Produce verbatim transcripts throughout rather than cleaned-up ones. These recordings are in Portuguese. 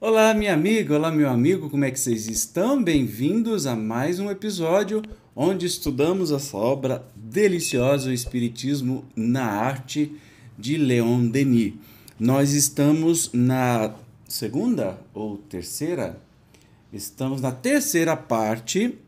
Olá, minha amiga, olá, meu amigo, como é que vocês estão? Bem-vindos a mais um episódio onde estudamos essa obra deliciosa, o Espiritismo na Arte, de Leon Denis. Nós estamos na segunda ou terceira? Estamos na terceira parte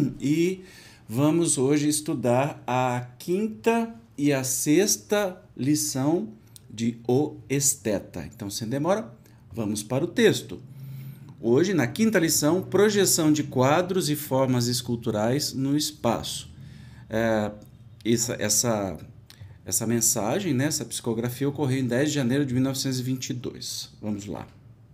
e vamos hoje estudar a quinta e a sexta lição de O Esteta. Então, sem demora, vamos para o texto. Hoje, na quinta lição, projeção de quadros e formas esculturais no espaço. É, essa, essa, essa mensagem, né, essa psicografia ocorreu em dez de janeiro de mil novecentos e vinte e dois. Vamos lá.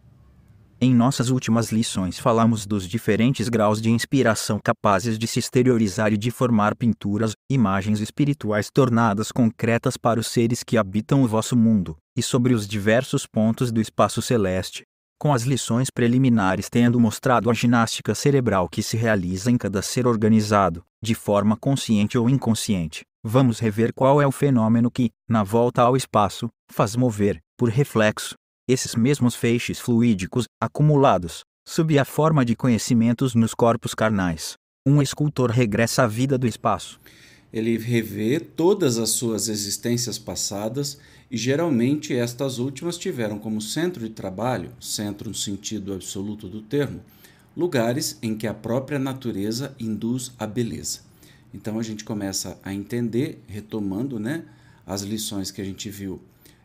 Em nossas últimas lições falamos dos diferentes graus de inspiração capazes de se exteriorizar e de formar pinturas, imagens espirituais tornadas concretas para os seres que habitam o vosso mundo, e sobre os diversos pontos do espaço celeste. Com as lições preliminares tendo mostrado a ginástica cerebral que se realiza em cada ser organizado, de forma consciente ou inconsciente, vamos rever qual é o fenômeno que, na volta ao espaço, faz mover, por reflexo, esses mesmos feixes fluídicos, acumulados, sob a forma de conhecimentos nos corpos carnais. Um escultor regressa à vida do espaço. Ele revê todas as suas existências passadas e geralmente estas últimas tiveram como centro de trabalho, centro no sentido absoluto do termo, lugares em que a própria natureza induz a beleza. Então a gente começa a entender, retomando, né, as lições que a gente viu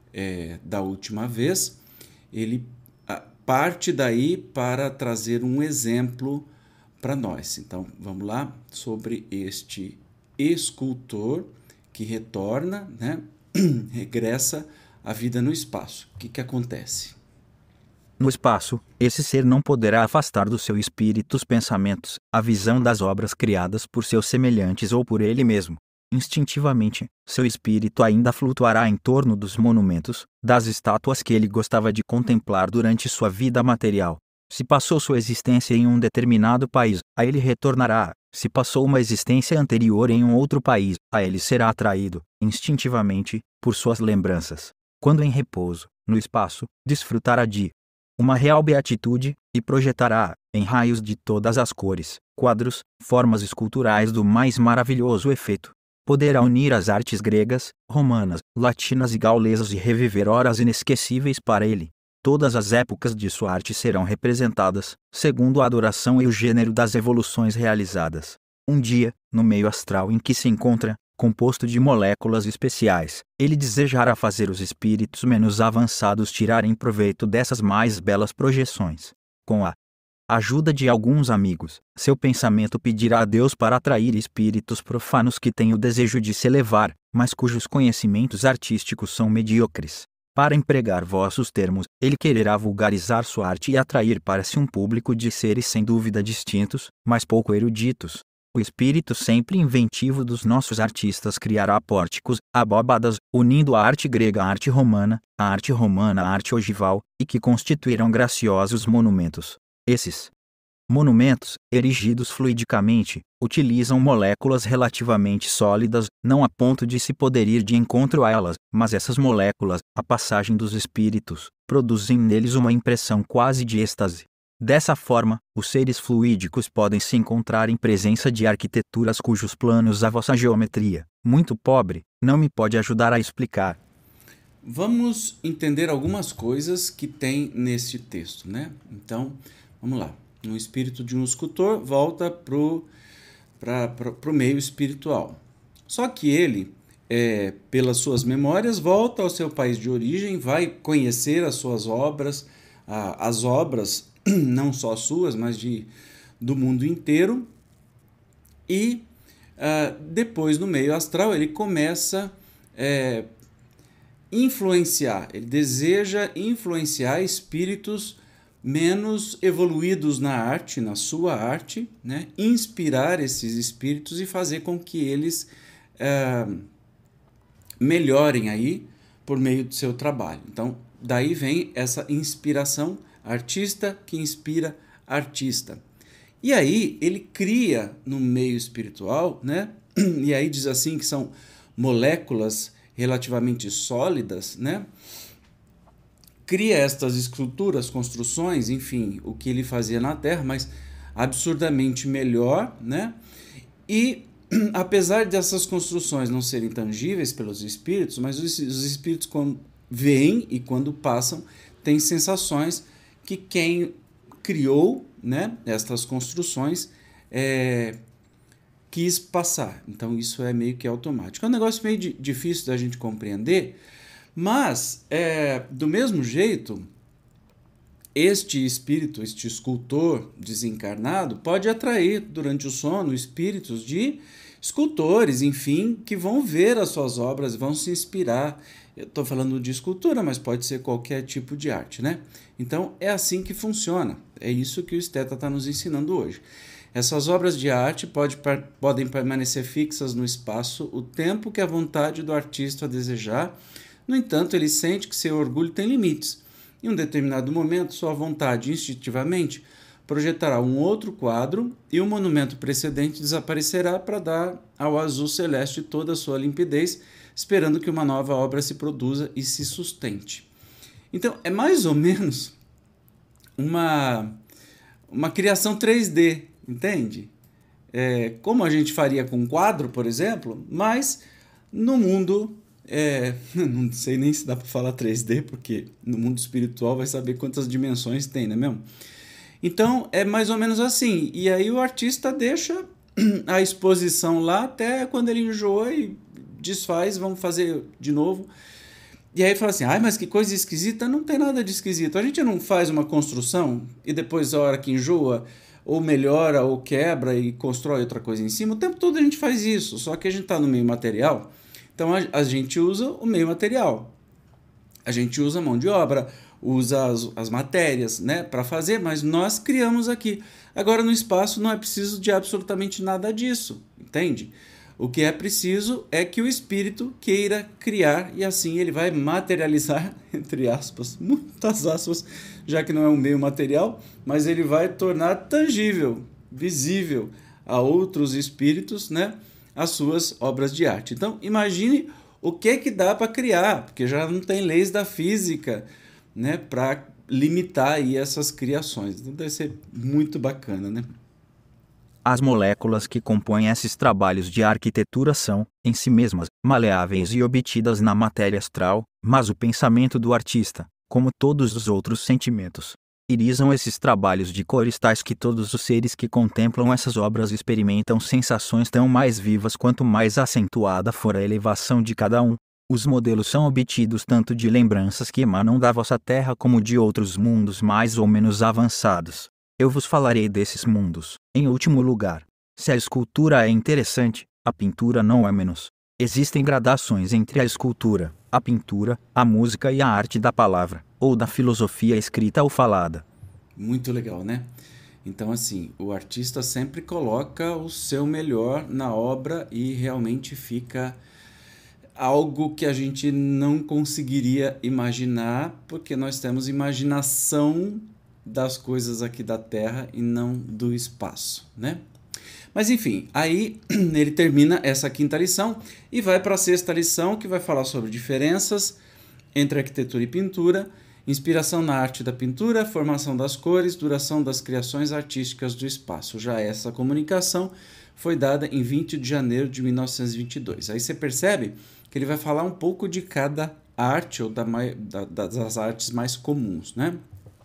é, da última vez, ele parte daí para trazer um exemplo para nós. Então, vamos lá sobre este escultor que retorna, né, regressa à vida no espaço. O que, que acontece? No espaço, esse ser não poderá afastar do seu espírito os pensamentos, a visão das obras criadas por seus semelhantes ou por ele mesmo. Instintivamente, seu espírito ainda flutuará em torno dos monumentos, das estátuas que ele gostava de contemplar durante sua vida material. Se passou sua existência em um determinado país, a ele retornará. Se passou uma existência anterior em um outro país, a ele será atraído, instintivamente, por suas lembranças. Quando em repouso, no espaço, desfrutará de uma real beatitude, e projetará, em raios de todas as cores, quadros, formas esculturais do mais maravilhoso efeito. Poderá unir as artes gregas, romanas, latinas e gaulesas e reviver horas inesquecíveis para ele. Todas as épocas de sua arte serão representadas, segundo a adoração e o gênero das evoluções realizadas. Um dia, no meio astral em que se encontra, composto de moléculas especiais, ele desejará fazer os espíritos menos avançados tirarem proveito dessas mais belas projeções. Com a ajuda de alguns amigos, seu pensamento pedirá a Deus para atrair espíritos profanos que têm o desejo de se elevar, mas cujos conhecimentos artísticos são medíocres. Para empregar vossos termos, ele quererá vulgarizar sua arte e atrair para si um público de seres sem dúvida distintos, mas pouco eruditos. O espírito sempre inventivo dos nossos artistas criará pórticos, abóbadas, unindo a arte grega à arte romana, a arte romana à arte ogival, e que constituirão graciosos monumentos. Esses monumentos, erigidos fluidicamente, utilizam moléculas relativamente sólidas, não a ponto de se poder ir de encontro a elas, mas essas moléculas, a passagem dos espíritos, produzem neles uma impressão quase de êxtase. Dessa forma, os seres fluídicos podem se encontrar em presença de arquiteturas cujos planos a vossa geometria, muito pobre, não me pode ajudar a explicar. Vamos entender algumas coisas que tem nesse texto, né? Então, vamos lá. Um espírito de um escultor volta para o meio espiritual. Só que ele, é, pelas suas memórias, volta ao seu país de origem, vai conhecer as suas obras, a, as obras, não só suas, mas de, do mundo inteiro. E uh, depois, no meio astral, ele começa a influenciar, ele deseja influenciar espíritos menos evoluídos na arte, na sua arte, né? Inspirar esses espíritos e fazer com que eles uh, melhorem aí por meio do seu trabalho. Então, daí vem essa inspiração, artista que inspira artista. E aí ele cria no meio espiritual, né? E aí diz assim que são moléculas relativamente sólidas, né? cria estas esculturas, construções, enfim, o que ele fazia na Terra, mas absurdamente melhor, né? E apesar dessas construções não serem tangíveis pelos espíritos, mas os, os espíritos quando veem e quando passam têm sensações que quem criou, né, estas construções é, quis passar. Então isso é meio que automático. É um negócio meio de, difícil da gente compreender, mas é, do mesmo jeito, este espírito, este escultor desencarnado pode atrair durante o sono espíritos de escultores, enfim, que vão ver as suas obras, vão se inspirar. Eu estou falando de escultura, mas pode ser qualquer tipo de arte, né? Então, é assim que funciona. É isso que o Esteta está nos ensinando hoje. Essas obras de arte pode, podem permanecer fixas no espaço o tempo que a vontade do artista desejar. No entanto, ele sente que seu orgulho tem limites. Em um determinado momento, sua vontade instintivamente projetará um outro quadro e o monumento precedente desaparecerá para dar ao azul celeste toda a sua limpidez, esperando que uma nova obra se produza e se sustente. Então, é mais ou menos uma, uma criação três D, entende? É, como a gente faria com um quadro, por exemplo, mas no mundo... É, não sei nem se dá para falar três D, porque no mundo espiritual vai saber quantas dimensões tem, não é mesmo? Então, é mais ou menos assim. E aí o artista deixa a exposição lá até quando ele enjoa e desfaz, vamos fazer de novo. E aí fala assim, ai, mas que coisa esquisita. Não tem nada de esquisito. A gente não faz uma construção e depois, a hora que enjoa, ou melhora, ou quebra e constrói outra coisa em cima. O tempo todo a gente faz isso, só que a gente está no meio material. Então, a, a gente usa o meio material. A gente usa a mão de obra, usa as, as matérias, né, para fazer, mas nós criamos aqui. Agora, no espaço, não é preciso de absolutamente nada disso, entende? O que é preciso é que o espírito queira criar e assim ele vai materializar, entre aspas, muitas aspas, já que não é um meio material, mas ele vai tornar tangível, visível a outros espíritos, né, as suas obras de arte. Então, imagine o que que dá para criar, porque já não tem leis da física, né, para limitar aí essas criações. Então, deve ser muito bacana, né? As moléculas que compõem esses trabalhos de arquitetura são, em si mesmas, maleáveis e obtidas na matéria astral, mas o pensamento do artista, como todos os outros sentimentos, irisam esses trabalhos de cores tais que todos os seres que contemplam essas obras experimentam sensações tão mais vivas quanto mais acentuada for a elevação de cada um. Os modelos são obtidos tanto de lembranças que emanam da vossa terra como de outros mundos mais ou menos avançados. Eu vos falarei desses mundos. Em último lugar, se a escultura é interessante, a pintura não é menos. Existem gradações entre a escultura, a pintura, a música e a arte da palavra, ou da filosofia escrita ou falada. Muito legal, né? Então, assim, o artista sempre coloca o seu melhor na obra e realmente fica algo que a gente não conseguiria imaginar, porque nós temos imaginação das coisas aqui da Terra e não do espaço, né? Mas enfim, aí ele termina essa quinta lição e vai para a sexta lição, que vai falar sobre diferenças entre arquitetura e pintura, inspiração na arte da pintura, formação das cores, duração das criações artísticas do espaço. Já essa comunicação foi dada em vinte de janeiro de mil novecentos e vinte e dois. Aí você percebe que ele vai falar um pouco de cada arte, ou da, da, das artes mais comuns, né?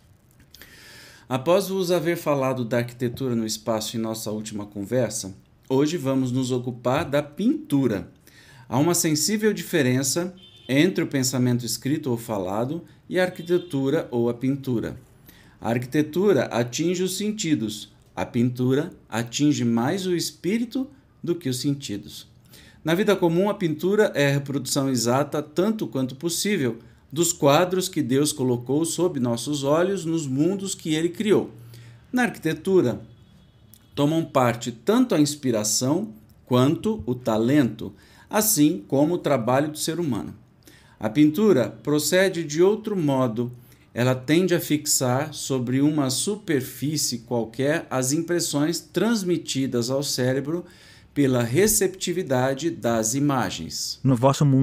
Após vos haver falado da arquitetura no espaço em nossa última conversa, hoje vamos nos ocupar da pintura. Há uma sensível diferença entre o pensamento escrito ou falado e a arquitetura ou a pintura. A arquitetura atinge os sentidos, a pintura atinge mais o espírito do que os sentidos. Na vida comum, a pintura é a reprodução exata, tanto quanto possível, dos quadros que Deus colocou sob nossos olhos nos mundos que Ele criou. Na arquitetura, tomam parte tanto a inspiração quanto o talento, assim como o trabalho do ser humano. A pintura procede de outro modo. Ela tende a fixar sobre uma superfície qualquer as impressões transmitidas ao cérebro pela receptividade das imagens. No vosso mundo,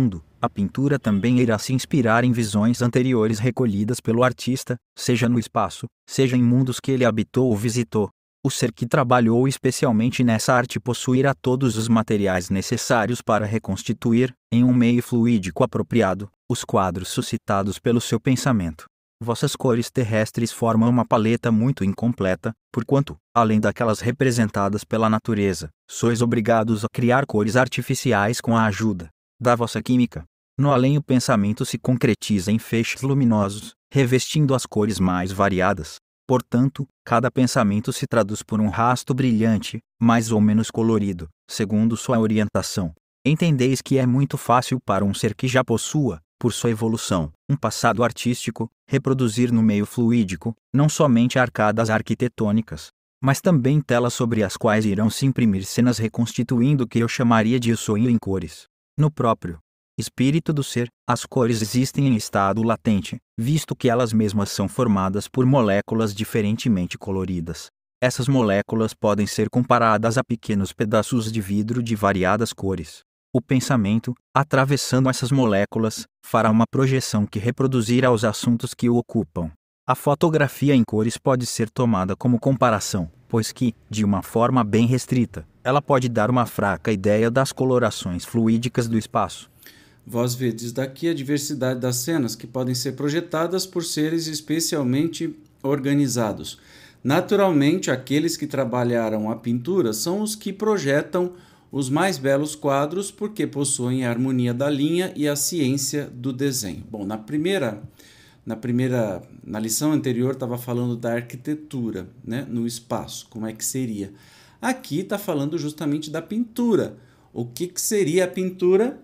A pintura também irá se inspirar em visões anteriores recolhidas pelo artista, seja no espaço, seja em mundos que ele habitou ou visitou. O ser que trabalhou especialmente nessa arte possuirá todos os materiais necessários para reconstituir, em um meio fluídico apropriado, os quadros suscitados pelo seu pensamento. Vossas cores terrestres formam uma paleta muito incompleta, porquanto, além daquelas representadas pela natureza, sois obrigados a criar cores artificiais com a ajuda da vossa química. No além, o pensamento se concretiza em feixes luminosos, revestindo as cores mais variadas. Portanto, cada pensamento se traduz por um rasto brilhante, mais ou menos colorido, segundo sua orientação. Entendeis que é muito fácil para um ser que já possua, por sua evolução, um passado artístico, reproduzir no meio fluídico, não somente arcadas arquitetônicas, mas também telas sobre as quais irão se imprimir cenas reconstituindo o que eu chamaria de sonho em cores. No próprio espírito do ser, as cores existem em estado latente, visto que elas mesmas são formadas por moléculas diferentemente coloridas. Essas moléculas podem ser comparadas a pequenos pedaços de vidro de variadas cores. O pensamento, atravessando essas moléculas, fará uma projeção que reproduzirá os assuntos que o ocupam. A fotografia em cores pode ser tomada como comparação, pois que, de uma forma bem restrita, ela pode dar uma fraca ideia das colorações fluídicas do espaço. Vós vedes daqui a diversidade das cenas que podem ser projetadas por seres especialmente organizados. Naturalmente, aqueles que trabalharam a pintura são os que projetam os mais belos quadros porque possuem a harmonia da linha e a ciência do desenho. Bom, na primeira, na primeira, na lição anterior estava falando da arquitetura, né, no espaço, como é que seria. Aqui está falando justamente da pintura. O que, que seria a pintura?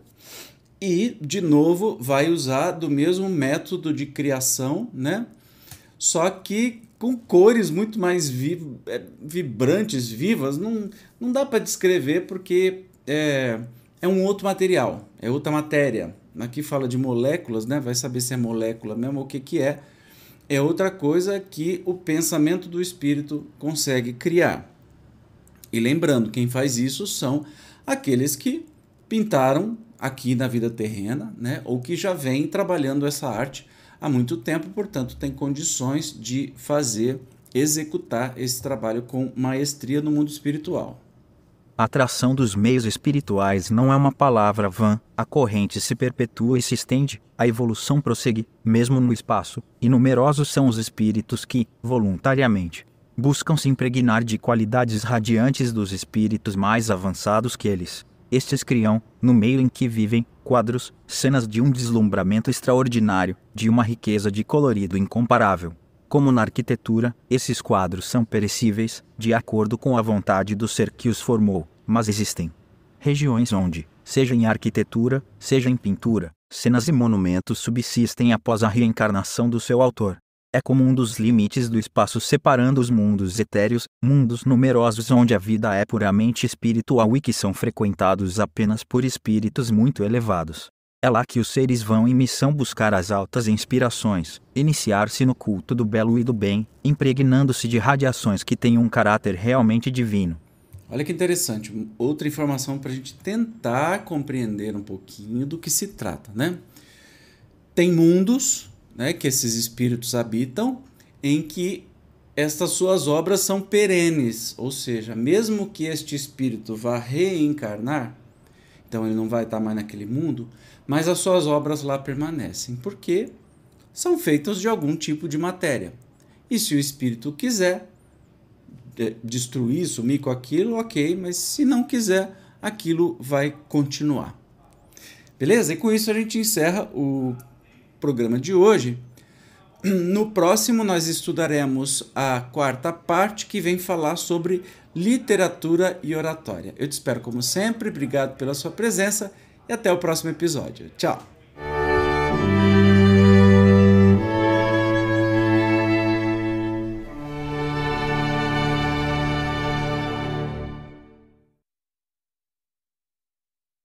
E, de novo, vai usar do mesmo método de criação, né? Só que com cores muito mais vi- vibrantes, vivas. Não, não dá para descrever porque é, é um outro material, é outra matéria. Aqui fala de moléculas, né? Vai saber se é molécula mesmo ou o que, que é. É outra coisa que o pensamento do espírito consegue criar. E lembrando, quem faz isso são aqueles que pintaram aqui na vida terrena, né, ou que já vem trabalhando essa arte há muito tempo, portanto, tem condições de fazer, executar esse trabalho com maestria no mundo espiritual. A atração dos meios espirituais não é uma palavra vã, a corrente se perpetua e se estende, a evolução prossegue, mesmo no espaço, e numerosos são os espíritos que, voluntariamente, buscam se impregnar de qualidades radiantes dos espíritos mais avançados que eles. Estes criam, no meio em que vivem, quadros, cenas de um deslumbramento extraordinário, de uma riqueza de colorido incomparável. Como na arquitetura, esses quadros são perecíveis, de acordo com a vontade do ser que os formou, mas existem regiões onde, seja em arquitetura, seja em pintura, cenas e monumentos subsistem após a reencarnação do seu autor. É como um dos limites do espaço separando os mundos etéreos, mundos numerosos onde a vida é puramente espiritual e que são frequentados apenas por espíritos muito elevados. É lá que os seres vão em missão buscar as altas inspirações, iniciar-se no culto do belo e do bem, impregnando-se de radiações que têm um caráter realmente divino. Olha que interessante, outra informação para a gente tentar compreender um pouquinho do que se trata, né? Tem mundos, né, que esses espíritos habitam, em que estas suas obras são perenes, ou seja, mesmo que este espírito vá reencarnar, então ele não vai estar mais naquele mundo, mas as suas obras lá permanecem, porque são feitas de algum tipo de matéria. E se o espírito quiser destruir, sumir com aquilo, ok, mas se não quiser, aquilo vai continuar. Beleza? E com isso a gente encerra o programa de hoje. No próximo nós estudaremos a quarta parte, que vem falar sobre literatura e oratória. Eu te espero como sempre, obrigado pela sua presença e até o próximo episódio. Tchau!